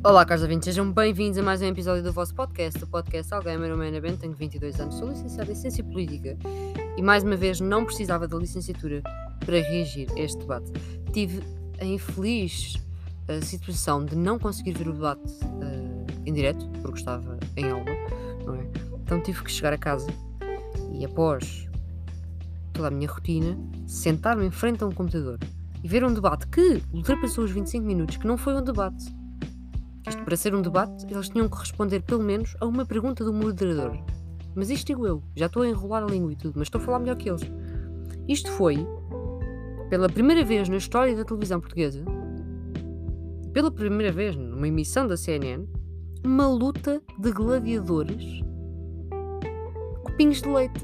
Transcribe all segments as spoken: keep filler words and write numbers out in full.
Olá, caros ouvintes, sejam bem-vindos a mais um episódio do vosso podcast, o podcast Algamer. O meu nome é Ben, tenho vinte e dois anos, sou licenciado em Ciência Política e mais uma vez não precisava da licenciatura para reagir a este debate. Tive a infeliz uh, situação de não conseguir ver o debate uh, em direto, porque estava em aula, não é? Então tive que chegar a casa e após toda a minha rotina, sentar-me em frente a um computador e ver um debate que ultrapassou os vinte e cinco minutos, que não foi um debate. Isto, para ser um debate, eles tinham que responder pelo menos a uma pergunta do moderador. Mas isto digo eu, já estou a enrolar a língua e tudo, mas estou a falar melhor que eles. Isto foi, pela primeira vez na história da televisão portuguesa, pela primeira vez numa emissão da C N N, uma luta de gladiadores com pinhos de leite.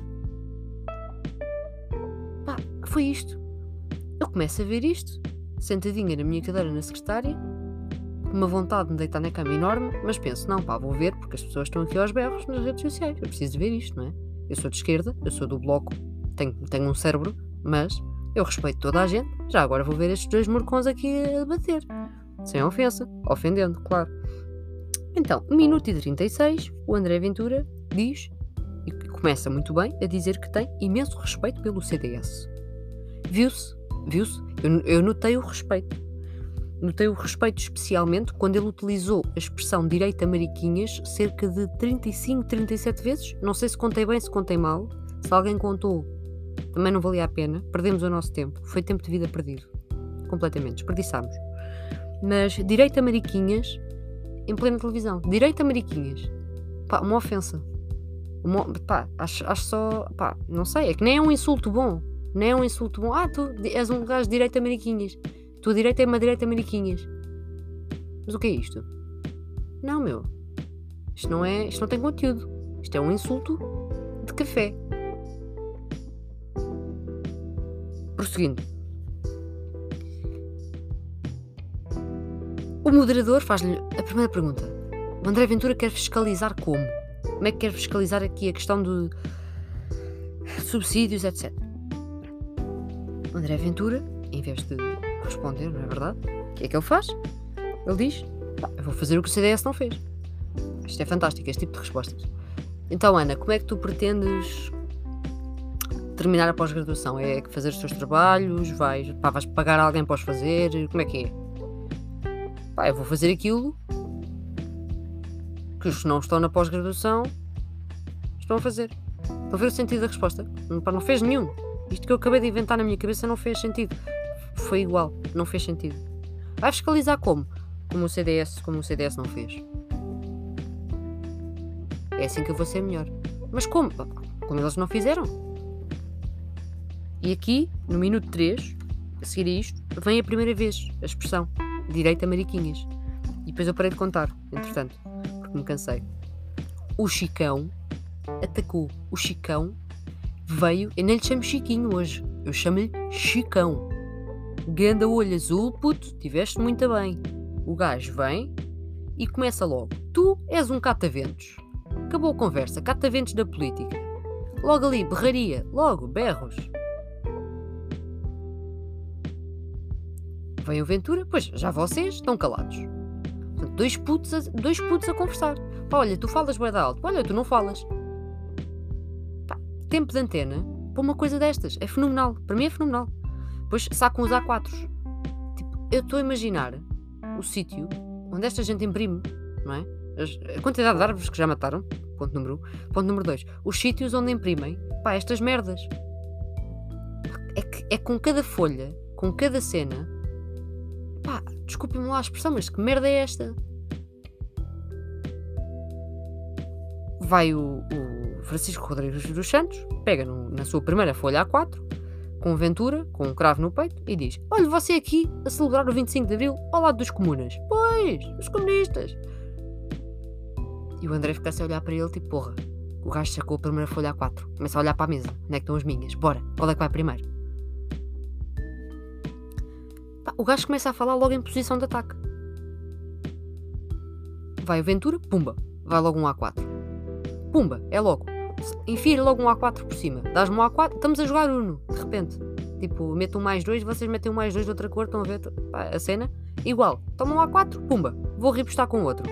Pá, foi isto. Eu começo a ver isto, sentadinha na minha cadeira na secretária, uma vontade de me deitar na cama enorme, mas penso, não pá, vou ver porque as pessoas estão aqui aos berros nas redes sociais, eu preciso de ver isto, não é? Eu sou de esquerda, eu sou do bloco, tenho, tenho um cérebro, mas eu respeito toda a gente, já agora vou ver estes dois morcões aqui a debater, sem ofensa, ofendendo, claro. Então, um minuto e trinta e seis, o André Ventura diz, e começa muito bem, a dizer que tem imenso respeito pelo C D S. Viu-se, viu-se, eu, eu notei o respeito. Notei o respeito especialmente quando ele utilizou a expressão direita mariquinhas cerca de trinta e cinco, trinta e sete vezes. Não sei se contei bem, se contei mal. Se alguém contou, também não valia a pena. Perdemos o nosso tempo. Foi tempo de vida perdido. Completamente. Desperdiçámos. Mas direita mariquinhas em plena televisão. Direita mariquinhas. Pá, uma ofensa. Uma, pá, acho, acho só... Pá, não sei. É que nem é um insulto bom. Nem é um insulto bom. Ah, tu és um gajo de direita mariquinhas. Tua direita é uma direita mariquinhas. Mas o que é isto? Não, meu. Isto não é... Isto não tem conteúdo. Isto é um insulto de café. Prosseguindo. O moderador faz-lhe a primeira pergunta. O André Ventura quer fiscalizar como? Como é que quer fiscalizar aqui a questão de subsídios, etcétera. O André Ventura, em vez de responder, não é verdade? O que é que ele faz? Ele diz, eu vou fazer o que o C D S não fez. Isto é fantástico, este tipo de respostas. Então, Ana, como é que tu pretendes terminar a pós-graduação? É fazer os teus trabalhos? Vais, pá, vais pagar alguém para os fazer? Como é que é? Pá, eu vou fazer aquilo que os que não estão na pós-graduação estão a fazer. Estão a ver o sentido da resposta? Pá, não fez nenhum. Isto que eu acabei de inventar na minha cabeça não fez sentido. Foi igual, não fez sentido. Vai fiscalizar como? Como o C D S, como o C D S não fez. É assim que eu vou ser melhor. Mas como? Como eles não fizeram. E aqui, no minuto três, a seguir a isto, vem a primeira vez a expressão direita mariquinhas. E depois eu parei de contar, entretanto, porque me cansei. O Chicão atacou. O Chicão veio, eu nem lhe chamo Chiquinho hoje, eu chamo-lhe Chicão. Ganda olho azul, puto, tiveste muito bem. O gajo vem e começa logo. Tu és um cataventos. Acabou a conversa, cataventos da política. Logo ali, berraria, logo, berros. Vem o Ventura, pois já vocês estão calados. Portanto, dois putos a, dois putos a conversar. Pá, olha, tu falas bué da alto, olha, tu não falas. Pá, tempo de antena para uma coisa destas, é fenomenal, para mim é fenomenal. Depois sacam os A quatro. Tipo, eu estou a imaginar o sítio onde esta gente imprime, não é? A quantidade de árvores que já mataram, ponto número um. Ponto número dois. Os sítios onde imprimem, pá, estas merdas. É, que, é com cada folha, com cada cena, pá, desculpem-me lá a expressão, mas que merda é esta? Vai o, o Francisco Rodrigues dos Santos, pega no, na sua primeira folha A quatro, com Ventura, com um cravo no peito, e diz, olha, você aqui a celebrar o vinte e cinco de Abril ao lado dos comunas. Pois, os comunistas. E o André fica-se a olhar para ele, tipo, porra, o gajo sacou a primeira folha A quatro. Começa a olhar para a mesa. Onde é que estão as minhas? Bora, qual é que vai primeiro? Pá, o gajo começa a falar logo em posição de ataque. Vai o Ventura, pumba, vai logo um A quatro. Pumba, é logo. Enfia logo um A quatro por cima. Dás-me um A quatro, estamos a jogar Uno, de repente. Tipo, meto um mais dois, vocês metem um mais dois de outra cor, estão a ver pá, a cena? Igual, toma um A quatro, pumba, vou repostar com outro.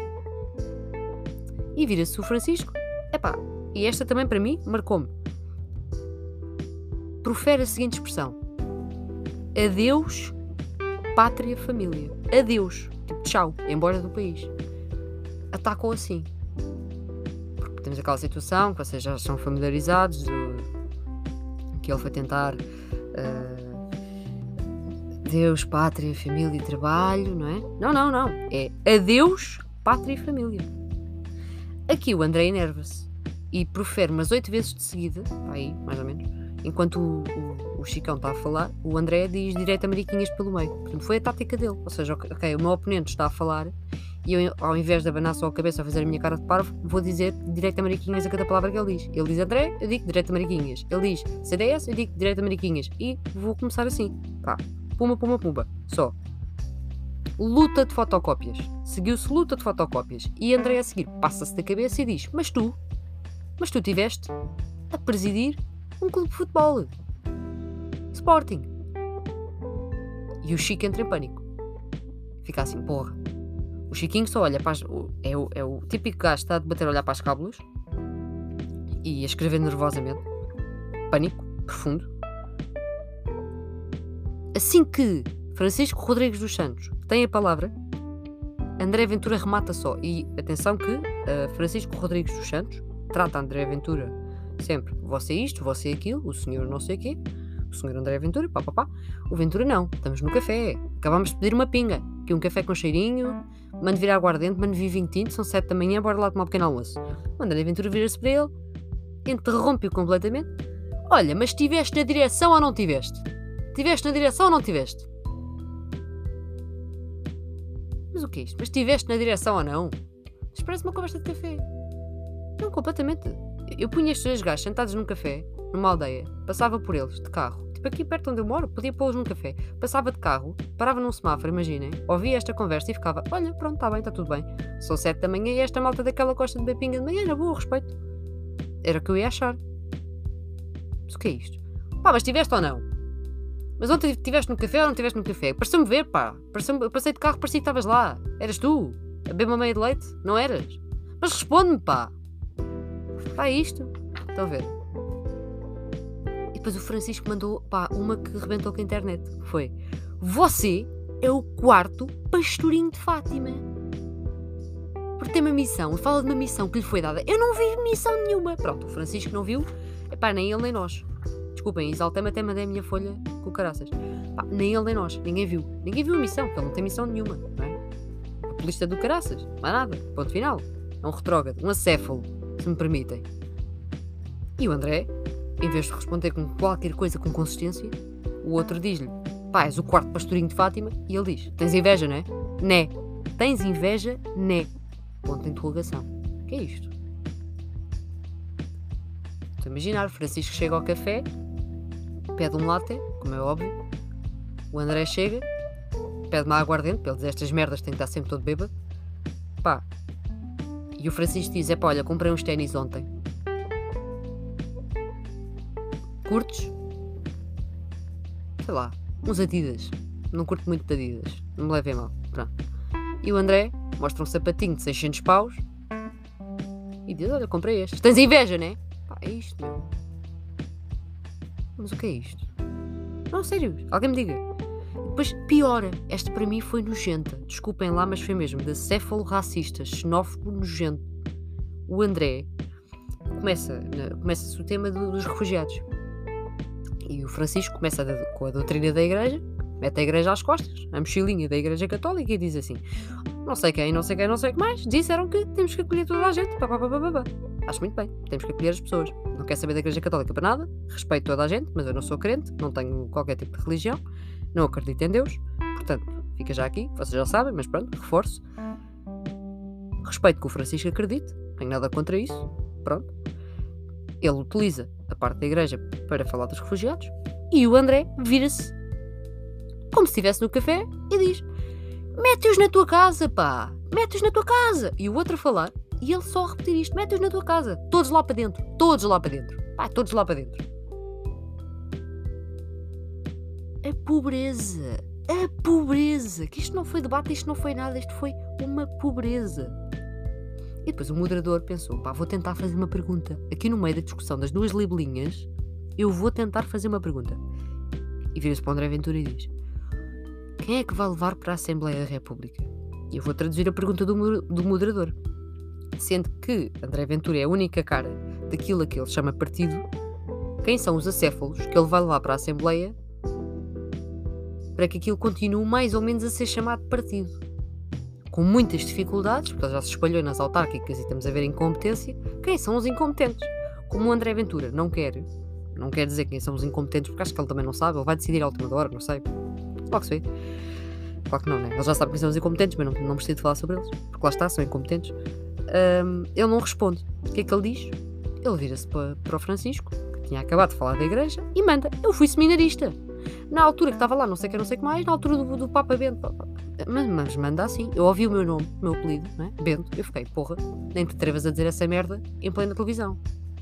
E vira-se o Francisco, epá, e esta também para mim marcou-me. Profere a seguinte expressão: adeus, pátria, família. Adeus, tipo tchau, embora do país. Atacam assim. Porque temos aquela situação que vocês já estão familiarizados, do, que ele foi tentar uh, adeus, pátria, família e trabalho, não é? Não, não, não. É adeus, pátria e família. Aqui o André enerva-se e profere umas oito vezes de seguida, aí, mais ou menos, enquanto o, o, o Chicão está a falar, o André diz direito a mariquinhas pelo meio. Portanto, foi a tática dele. Ou seja, ok, o meu oponente está a falar e eu, ao invés de abanar só a cabeça a fazer a minha cara de parvo, vou dizer direito a mariquinhas a cada palavra que ele diz. Ele diz André, eu digo direito a mariquinhas. Ele diz C D S, eu digo direito a mariquinhas. E vou começar assim. Pá, puma, puma, pumba. Só. Luta de fotocópias. Seguiu-se luta de fotocópias. E André a seguir passa-se da cabeça e diz: Mas tu, mas tu tiveste a presidir um clube de futebol. Sporting. E o Chico entra em pânico. Fica assim, porra. O Chiquinho só olha para as... É o, é o típico gajo que está a debater a olhar para as cábulas e a escrever nervosamente. Pânico profundo. Assim que Francisco Rodrigues dos Santos tem a palavra, André Ventura remata só. E atenção que uh, Francisco Rodrigues dos Santos trata André Ventura sempre, você isto, você aquilo, o senhor não sei o quê, o senhor André Ventura, pá, pá, pá. O Ventura não, estamos no café, acabamos de pedir uma pinga, aqui um café com cheirinho, mande vir aguardente, mande vir vinho tinto, são sete da manhã, bora lá tomar um pequeno almoço. O André Ventura vira-se para ele, interrompe-o completamente. Olha, mas estiveste na direção ou não tiveste? Tiveste na direção ou não tiveste? Mas o que é isto? Mas estiveste na direção ou não? Isto parece uma conversa de café. Não, completamente. Eu punha estes dois gajos sentados num café, numa aldeia, passava por eles, de carro, tipo aqui perto onde eu moro, podia pô-los num café, passava de carro, parava num semáforo, imaginem, ouvia esta conversa e ficava, olha, pronto, está bem, está tudo bem, são sete da manhã e esta malta daquela costa de bepinga de manhã, na boa, respeito. Era o que eu ia achar. Mas o que é isto? Pá, mas estiveste ou não? Mas ontem estiveste no café ou não estiveste no café? Pareceu-me ver, pá, pareceu-me, eu passei de carro, parecia que estavas lá, eras tu, a beber uma meia de leite, não eras? Mas responde-me, pá. Pá, é isto? Estão a ver? E depois o Francisco mandou, pá, uma que rebentou com a internet. Foi: você é o quarto pastorinho de Fátima. Porque tem uma missão, fala de uma missão que lhe foi dada. Eu não vi missão nenhuma. Pronto, o Francisco não viu. Epá, nem ele nem nós. Desculpem, exaltei-me, até mandei a minha folha com caraças. Pá, nem ele nem nós. Ninguém viu. Ninguém viu a missão, porque ele não tem missão nenhuma, não é? Populista do caraças. Mais nada. Ponto final. É um retrógrado. Um acéfalo, se me permitem. E o André, em vez de responder com qualquer coisa com consistência, o outro diz-lhe: pá, és o quarto pastorinho de Fátima. E ele diz: tens inveja, não é? Né. Tens inveja, né. Ponto de interrogação. O que é isto? Estou a imaginar, Francisco chega ao café, pede um latte, como é óbvio. O André chega, pede uma aguardente, para ele dizer estas merdas tem que estar sempre todo bêbado. Pá. E o Francisco diz: é pá, olha, comprei uns ténis ontem. Curtes? Sei lá, uns Adidas. Não curto muito de Adidas. Não me levem mal. Pronto. E o André mostra um sapatinho de seiscentos paus e diz: olha, comprei este. Tens inveja, né? Pá, é isto, meu. Mas o que é isto? Não, sério, alguém me diga. Depois piora. Esta para mim foi nojenta. Desculpem lá, mas foi mesmo. De céfalo racista, xenófobo, nojento. O André começa, começa-se o tema do, dos refugiados. E o Francisco começa a, com a doutrina da igreja, mete a igreja às costas, a mochilinha da igreja católica, e diz assim: não sei quem, não sei quem, não sei o que mais, disseram que temos que acolher toda a gente. Pá, pá, pá, pá, pá. Acho muito bem, temos que acolher as pessoas. Não quero saber da igreja católica para nada, respeito toda a gente, mas eu não sou crente, não tenho qualquer tipo de religião, não acredito em Deus, portanto, fica já aqui, vocês já sabem, mas pronto, reforço. Respeito que o Francisco acredite, não tenho nada contra isso, pronto. Ele utiliza a parte da igreja para falar dos refugiados e o André vira-se como se estivesse no café e diz: mete-os na tua casa, pá, mete-os na tua casa. E o outro a falar e ele só a repetir isto: mete-os na tua casa, todos lá para dentro, todos lá para dentro, pá, todos lá para dentro. A pobreza, A pobreza! Que isto não foi debate, isto não foi nada, isto foi uma pobreza. E depois o moderador pensou, pá, vou tentar fazer uma pergunta. Aqui no meio da discussão das duas libelinhas, eu vou tentar fazer uma pergunta. E vira-se para o André Ventura e diz: quem é que vai levar para a Assembleia da República? E eu vou traduzir a pergunta do, do moderador. Sendo que André Ventura é a única cara daquilo a que ele chama partido, quem são os acéfalos que ele vai levar para a Assembleia para que aquilo continue mais ou menos a ser chamado partido? Com muitas dificuldades, porque ele já se espalhou nas autárquicas e estamos a ver incompetência. Quem são os incompetentes? Como o André Ventura não quer, não quer dizer quem são os incompetentes, porque acho que ele também não sabe, ele vai decidir à última hora, não sei. Claro que sei. Claro que não, né? Ele já sabe quem são os incompetentes, mas não, não precisa de falar sobre eles, porque lá está, são incompetentes. Um, ele não responde. O que é que ele diz? Ele vira-se para, para o Francisco, que tinha acabado de falar da igreja, e manda: eu fui seminarista. Na altura que estava lá, não sei o que, não sei o que mais, na altura do, do Papa Bento. Mas, mas manda assim. Eu ouvi o meu nome, o meu apelido, não é? Bento. Eu fiquei, porra, nem te atrevas a dizer essa merda em plena televisão.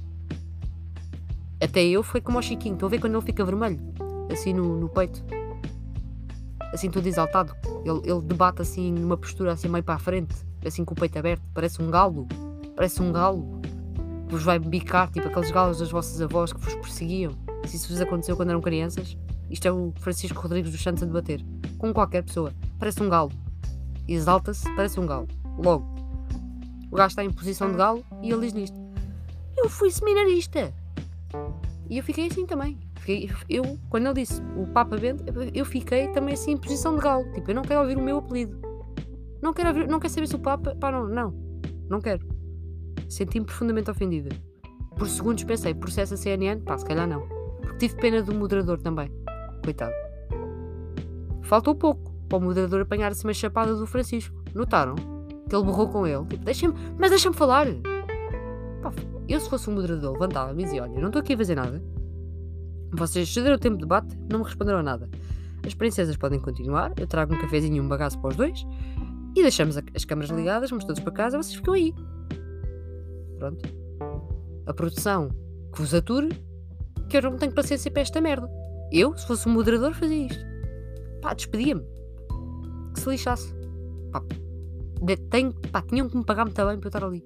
Até eu foi como ao Chiquinho. Estão a ver quando ele fica vermelho? Assim no, no peito. Assim todo exaltado. Ele, ele debate assim numa postura assim meio para a frente. Assim com o peito aberto. Parece um galo. Parece um galo. Vos vai bicar, tipo aqueles galos das vossas avós que vos perseguiam. Se isso vos aconteceu quando eram crianças. Isto é o Francisco Rodrigues dos Santos a debater. Com qualquer pessoa. Parece um galo. Exalta-se, parece um galo. Logo. O gajo está em posição de galo e ele diz nisto: eu fui seminarista. E eu fiquei assim também. Fiquei, eu, quando ele disse o Papa Bento, eu fiquei também assim em posição de galo. Tipo, eu não quero ouvir o meu apelido. Não quero ouvir, não quero saber se o Papa... Pá, não, não. Não quero. Senti-me profundamente ofendida. Por segundos pensei, processo a C N N? Pá, se calhar não. Porque tive pena do moderador também. Coitado. Faltou pouco para o moderador apanhar-se uma chapada do Francisco. Notaram? Que ele borrou com ele. Tipo, deixa-me... Mas deixa-me falar. Pá, eu se fosse um moderador levantava-me e dizia: olha, eu não estou aqui a fazer nada. Vocês cederam o tempo de debate, não me responderam a nada. As princesas podem continuar, eu trago um cafezinho e um bagaço para os dois e deixamos a, as câmaras ligadas, vamos todos para casa, vocês ficam aí. Pronto. A produção que vos ature, que eu não tenho paciência para esta merda. Eu, se fosse um moderador, fazia isto. Pá, despedia-me. Que se lixasse. Pá, de, tenho, pá, tinham que me pagar muito bem para eu estar ali.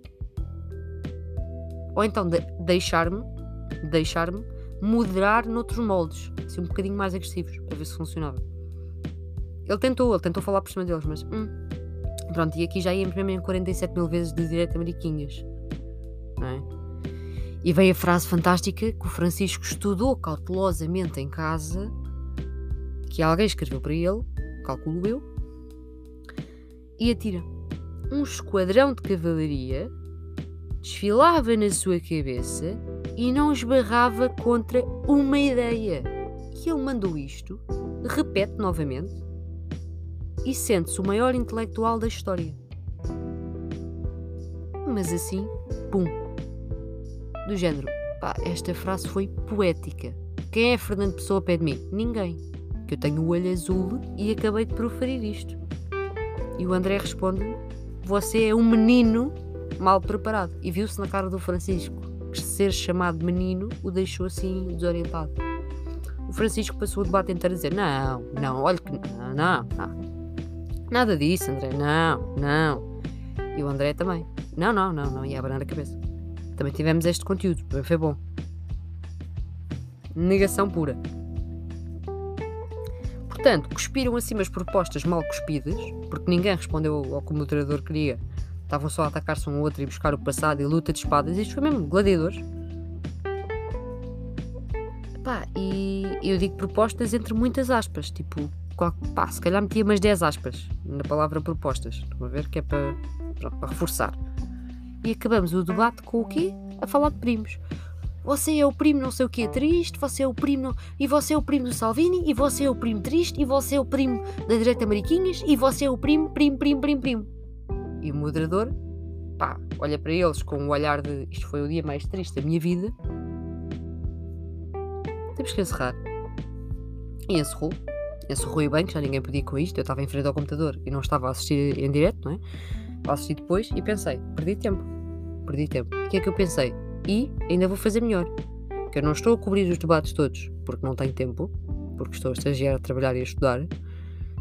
Ou então de, deixar-me, deixar-me moderar noutros moldes, assim um bocadinho mais agressivos, para ver se funcionava. Ele tentou, ele tentou falar por cima deles, mas hum, pronto, e aqui já íamos mesmo em quarenta e sete mil vezes de direito a mariquinhas, não é? E veio a frase fantástica que o Francisco estudou cautelosamente em casa, que alguém escreveu para ele, calculo eu, e atira: um esquadrão de cavalaria desfilava na sua cabeça e não esbarrava contra uma ideia. E ele mandou isto, repete novamente, e sente-se o maior intelectual da história. Mas assim, pum. Do género, pá, esta frase foi poética. Quem é Fernando Pessoa pé de mim? Ninguém. Que eu tenho o olho azul e acabei de proferir isto. E o André responde: você é um menino mal preparado. E viu-se na cara do Francisco que ser chamado de menino o deixou assim desorientado. O Francisco passou o debate inteiro a dizer: não, não, olha que não, não, não. Nada disso, André, não, não. E o André também: não, não, não, não, ia abanar a cabeça. Também tivemos este conteúdo, também foi bom. Negação pura. Portanto, cuspiram acima as propostas mal cuspidas, porque ninguém respondeu ao que o moderador queria. Estavam só a atacar-se um ao outro e buscar o passado e luta de espadas. Isto foi mesmo gladiadores. Pá, e eu digo propostas entre muitas aspas. Tipo, pá, se calhar metia umas dez aspas na palavra propostas. Estão a ver? Que é para, para reforçar. E acabamos o debate com o quê? A falar de primos. Você é o primo não sei o que é triste, você é o primo não... e você é o primo do Salvini, e você é o primo triste, e você é o primo da direita Mariquinhas, e você é o primo, primo, primo, primo, primo. E o moderador, pá, olha para eles com um olhar de: isto foi o dia mais triste da minha vida. Temos que encerrar. E encerrou. Encerrou e bem, que já ninguém podia com isto. Eu estava em frente ao computador e não estava a assistir em direto, não é? A assistir depois e pensei: perdi tempo. Perdi tempo. O que é que eu pensei? E ainda vou fazer melhor. Que eu não estou a cobrir os debates todos porque não tenho tempo, porque estou a estagiar, a trabalhar e a estudar.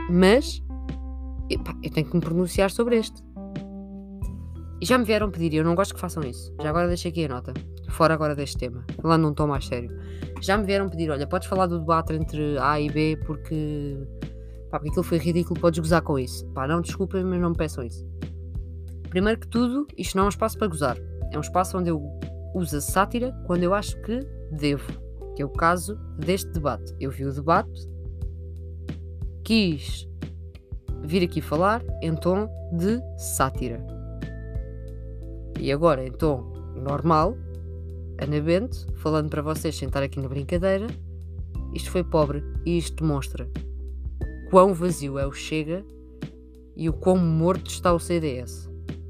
Mas epá, eu tenho que me pronunciar sobre este. E já me vieram pedir, e eu não gosto que façam isso. Já agora deixei aqui a nota. Fora agora deste tema. Lá num tom mais sério. Já me vieram pedir, olha, podes falar do debate entre A e B porque... Pá, porque aquilo foi ridículo, podes gozar com isso. Pá, não, desculpem, mas não me peçam isso. Primeiro que tudo, isto não é um espaço para gozar. É um espaço onde eu uso a sátira quando eu acho que devo. Que é o caso deste debate. Eu vi o debate, quis vir aqui falar em tom de sátira. E agora, em tom normal, Ana Bento, falando para vocês sem estar aqui na brincadeira, isto foi pobre e isto demonstra quão vazio é o Chega e o quão morto está o C D S.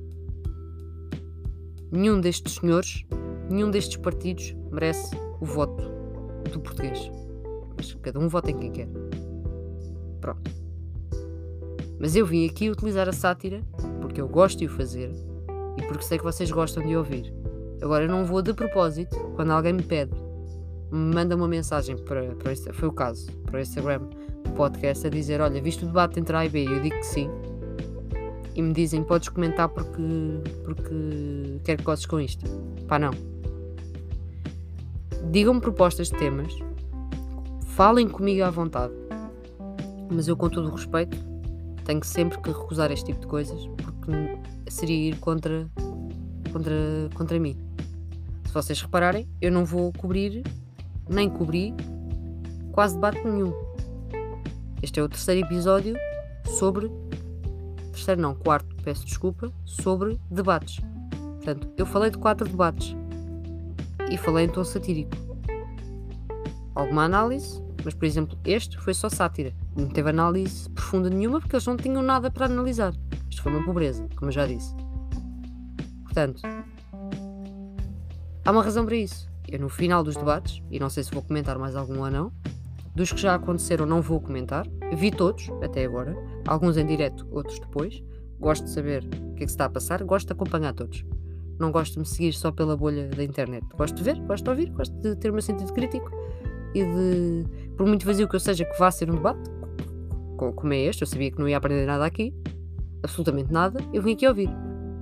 Nenhum destes senhores, nenhum destes partidos merece o voto do português. Mas cada um vota em quem quer. Pronto. Mas eu vim aqui utilizar a sátira porque eu gosto de o fazer e porque sei que vocês gostam de ouvir. Agora eu não vou de propósito, quando alguém me pede, me manda uma mensagem para, para foi o caso, para o Instagram do podcast a dizer, olha, viste o debate entre A e B? Eu digo que sim. E me dizem, podes comentar porque, porque quero que gostes com isto. Pá, não. Digam-me propostas de temas, falem comigo à vontade, mas eu, com todo o respeito, tenho sempre que recusar este tipo de coisas porque seria ir contra, contra, contra mim. Se vocês repararem, eu não vou cobrir, nem cobri quase debate nenhum. Este é o terceiro episódio sobre, terceiro não, quarto, peço desculpa, sobre debates. Portanto, eu falei de quatro debates e falei em tom satírico. Alguma análise, mas por exemplo, este foi só sátira. Não teve análise profunda nenhuma porque eles não tinham nada para analisar. Isto foi uma pobreza, como eu já disse. Portanto, há uma razão para isso. Eu, no final dos debates, e não sei se vou comentar mais algum ou não, dos que já aconteceram não vou comentar. Vi todos, até agora. Alguns em direto, outros depois. Gosto de saber o que é que se está a passar. Gosto de acompanhar todos. Não gosto de me seguir só pela bolha da internet. Gosto de ver, gosto de ouvir, gosto de ter o meu sentido crítico e de, por muito vazio que eu seja, que vá ser um debate, como é este, eu sabia que não ia aprender nada aqui, absolutamente nada, eu vim aqui ouvir.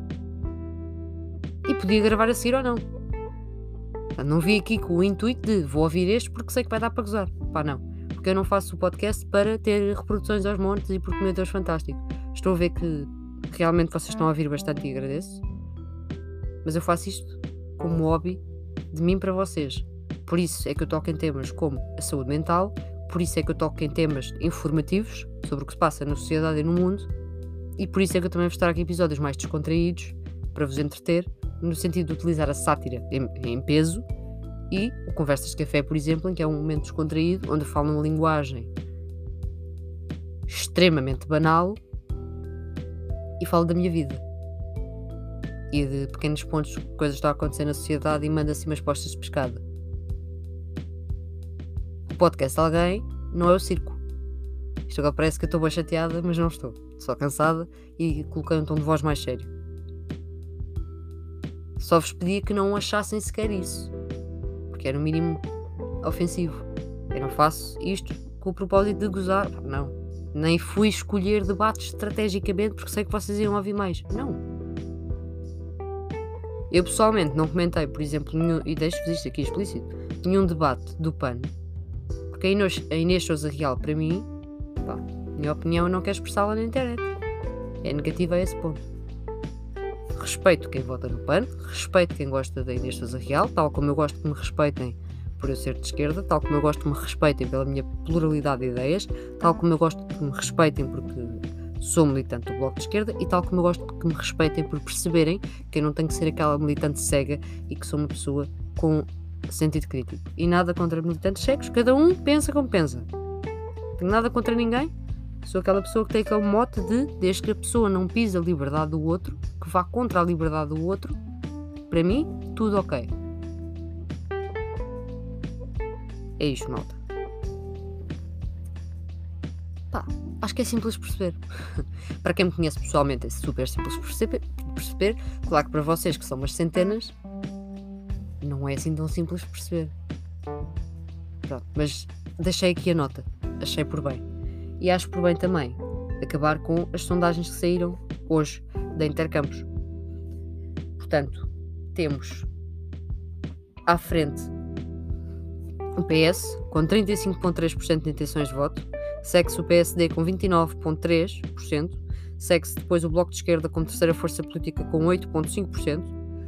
E podia gravar a seguir ou não. Não vim aqui com o intuito de vou ouvir este porque sei que vai dar para gozar. Pá, não. Porque eu não faço o podcast para ter reproduções aos montes e porque o meu Deus fantástico. Estou a ver que realmente vocês estão a ouvir bastante e agradeço. Mas eu faço isto como hobby de mim para vocês. Por isso é que eu toco em temas como a saúde mental, por isso é que eu toco em temas informativos sobre o que se passa na sociedade e no mundo, e por isso é que eu também vou estar aqui episódios mais descontraídos para vos entreter, no sentido de utilizar a sátira em, em peso, e o Conversas de Café, por exemplo, em que é um momento descontraído, onde eu falo numa linguagem extremamente banal e falo da minha vida. E de pequenos pontos, coisas que estão a acontecer na sociedade e mando assim umas postas de pescada. O podcast de alguém não é o circo. Isto agora parece que eu estou bem chateada, mas não estou. Só cansada e coloquei um tom de voz mais sério. Só vos pedia que não achassem sequer isso, porque é no mínimo ofensivo. Eu não faço isto com o propósito de gozar. Não. Nem fui escolher debates estrategicamente porque sei que vocês iam ouvir mais. Não. Eu pessoalmente não comentei, por exemplo, nenhum, e deixo-vos isto aqui explícito, nenhum debate do P A N, porque a Inês, a Inês Sousa Real, para mim, pá, minha opinião, eu não quero expressá-la na internet. É negativa a esse ponto. Respeito quem vota no P A N, respeito quem gosta da Inês Sousa Real, tal como eu gosto que me respeitem por eu ser de esquerda, tal como eu gosto que me respeitem pela minha pluralidade de ideias, tal como eu gosto que me respeitem porque sou militante do Bloco de Esquerda e tal como eu gosto que me respeitem por perceberem que eu não tenho que ser aquela militante cega e que sou uma pessoa com sentido crítico. E nada contra militantes cegos, cada um pensa como pensa. Não tenho nada contra ninguém. Sou aquela pessoa que tem aquele mote de, desde que a pessoa não pise a liberdade do outro, que vá contra a liberdade do outro, para mim, tudo ok. É isto, malta. Pá, acho que é simples de perceber. Para quem me conhece pessoalmente é super simples de perceber, perceber. Claro que para vocês que são umas centenas não é assim tão simples de perceber. Pronto, mas deixei aqui a nota. Achei por bem. E acho por bem também acabar com as sondagens que saíram hoje da Intercampos. Portanto, temos à frente o P S com trinta e cinco vírgula três por cento de intenções de voto, segue-se o P S D com vinte e nove vírgula três por cento, segue-se depois o Bloco de Esquerda como terceira força política com oito vírgula cinco por cento,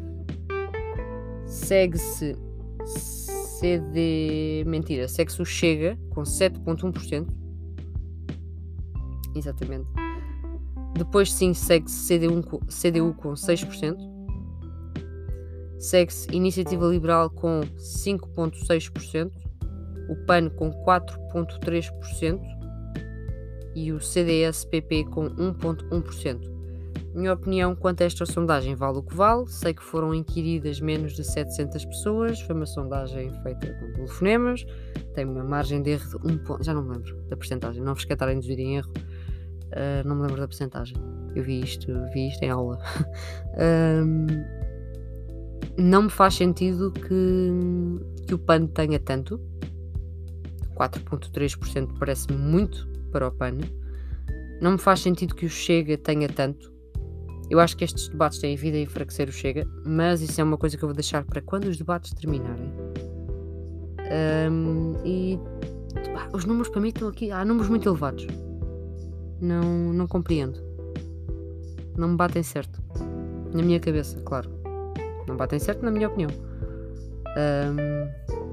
segue-se C D... mentira, segue-se o Chega com sete vírgula um por cento, exatamente. Depois sim segue-se C D U, C D U com seis por cento, segue-se Iniciativa Liberal com cinco vírgula seis por cento, o P A N com quatro vírgula três por cento e o C D S-P P com um vírgula um por cento. Minha opinião quanto a esta sondagem vale o que vale. Sei que foram inquiridas menos de setecentas pessoas, foi uma sondagem feita com telefonemas, tem uma margem de erro de um ponto, já não me lembro da percentagem, não vos quero estar a induzir em erro, uh, não me lembro da percentagem, eu vi isto, vi isto em aula. um, não me faz sentido que, que o P A N tenha tanto, quatro vírgula três por cento parece muito para o P A N, não me faz sentido que o Chega tenha tanto. Eu acho que estes debates têm vindo a enfraquecer o Chega, mas isso é uma coisa que eu vou deixar para quando os debates terminarem. Um, e pá, os números para mim estão aqui, há números muito elevados. Não, não compreendo. Não me batem certo. Na minha cabeça, claro. Não batem certo na minha opinião. Um,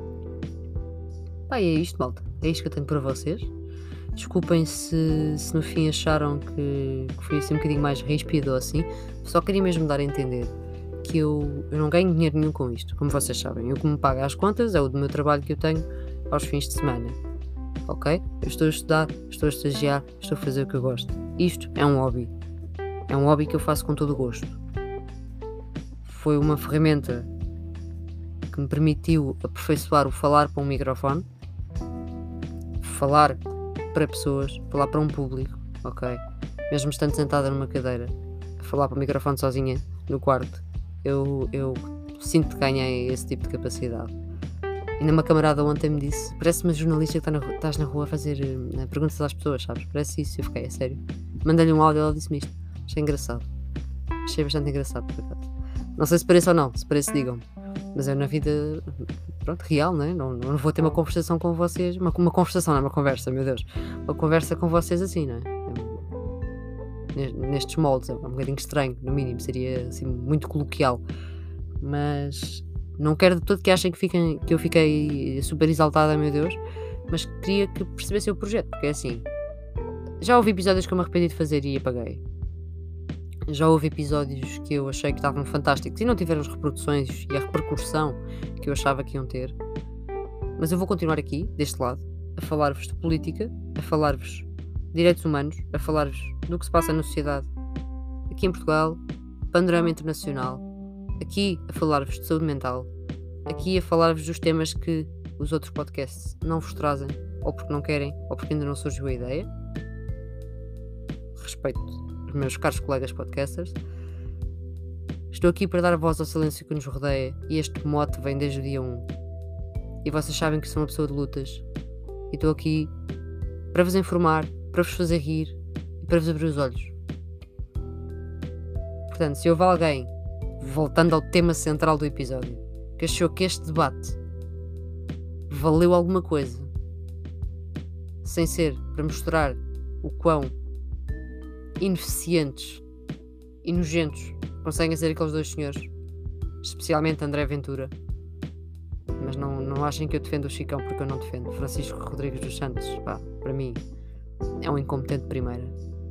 pá, e é isto, malta. É isto que eu tenho para vocês. Desculpem se, se no fim acharam que, que foi assim um bocadinho mais ríspido ou assim. Só queria mesmo dar a entender que eu, eu não ganho dinheiro nenhum com isto, como vocês sabem. O que me paga as contas é o do meu trabalho que eu tenho aos fins de semana. Ok? Eu estou a estudar, estou a estagiar, estou a fazer o que eu gosto. Isto é um hobby. É um hobby que eu faço com todo o gosto. Foi uma ferramenta que me permitiu aperfeiçoar o falar para um microfone. Falar para pessoas, falar para um público, ok? Mesmo estando sentada numa cadeira, a falar para o microfone sozinha no quarto, eu, eu sinto que ganhei esse tipo de capacidade. Ainda uma camarada ontem me disse, parece-me jornalista que está na, estás na rua a fazer uh, perguntas às pessoas, sabes? Parece isso, eu fiquei, a sério. Mandei-lhe um áudio e ela disse-me isto. Achei engraçado. Achei bastante engraçado, por acaso. Não sei se parece ou não, se parece digam-me. Mas eu na vida, pronto, real, não é? Não, não vou ter uma conversação com vocês, uma, uma conversação, não é uma conversa, meu Deus. Uma conversa com vocês assim, não é? Nestes moldes, é um bocadinho estranho, no mínimo, seria assim muito coloquial. Mas não quero de todo que achem que, fiquem, que eu fiquei super exaltada, meu Deus, mas queria que percebessem o projeto, porque é assim, já houve episódios que eu me arrependi de fazer e apaguei. Já houve episódios que eu achei que estavam fantásticos e não tiveram as reproduções e a repercussão que eu achava que iam ter. Mas eu vou continuar aqui, deste lado, a falar-vos de política, a falar-vos de direitos humanos, a falar-vos do que se passa na sociedade, aqui em Portugal, panorama internacional, aqui a falar-vos de saúde mental, aqui a falar-vos dos temas que os outros podcasts não vos trazem, ou porque não querem, ou porque ainda não surgiu a ideia. Respeito meus caros colegas podcasters, estou aqui para dar voz ao silêncio que nos rodeia e este mote vem desde o dia um e vocês sabem que sou uma pessoa de lutas e estou aqui para vos informar, para vos fazer rir e para vos abrir os olhos. Portanto, se houve alguém, voltando ao tema central do episódio, que achou que este debate valeu alguma coisa sem ser para mostrar o quão ineficientes e nojentos conseguem ser aqueles dois senhores, especialmente André Ventura, mas não, não achem que eu defendo o Chicão, porque eu não defendo. Francisco Rodrigues dos Santos, pá, para mim é um incompetente de primeira.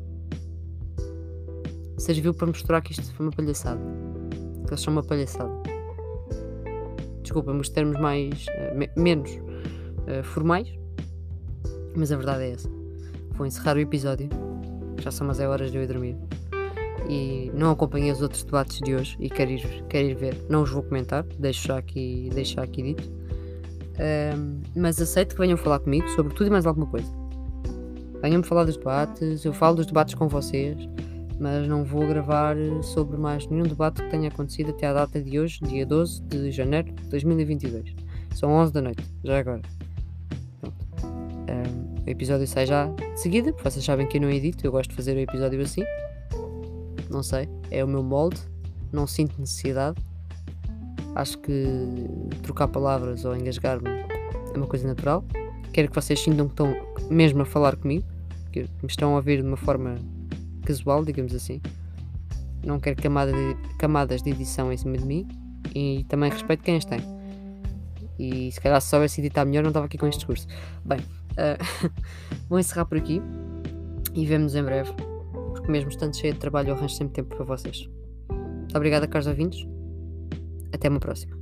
Serviu para mostrar que isto foi uma palhaçada, que eles são uma palhaçada. Desculpa-me os termos mais uh, me- menos uh, formais, mas a verdade é essa. Vou encerrar o episódio, já são umas horas de eu ir dormir e não acompanhei os outros debates de hoje e quero ir, quero ir ver, não os vou comentar, deixo já aqui, deixo já aqui dito, um, mas aceito que venham falar comigo sobre tudo e mais alguma coisa. Venham-me falar dos debates, eu falo dos debates com vocês, mas não vou gravar sobre mais nenhum debate que tenha acontecido até à data de hoje, dia doze de janeiro de dois mil e vinte e dois. São onze da noite, já agora. Pronto. Um, o episódio sai já de seguida, porque vocês sabem que eu não edito, eu gosto de fazer o episódio assim. Não sei, é o meu molde, não sinto necessidade. Acho que trocar palavras ou engasgar-me é uma coisa natural. Quero que vocês sintam que estão mesmo a falar comigo, que me estão a ouvir de uma forma casual, digamos assim. Não quero camada de, camadas de edição em cima de mim, e também respeito quem as tem. E se calhar se soubesse editar melhor não estava aqui com este discurso. Bem, uh, vou encerrar por aqui e vemo-nos em breve, porque mesmo estando cheio de trabalho eu arranjo sempre tempo para vocês. Muito obrigada, caros ouvintes. Até uma próxima.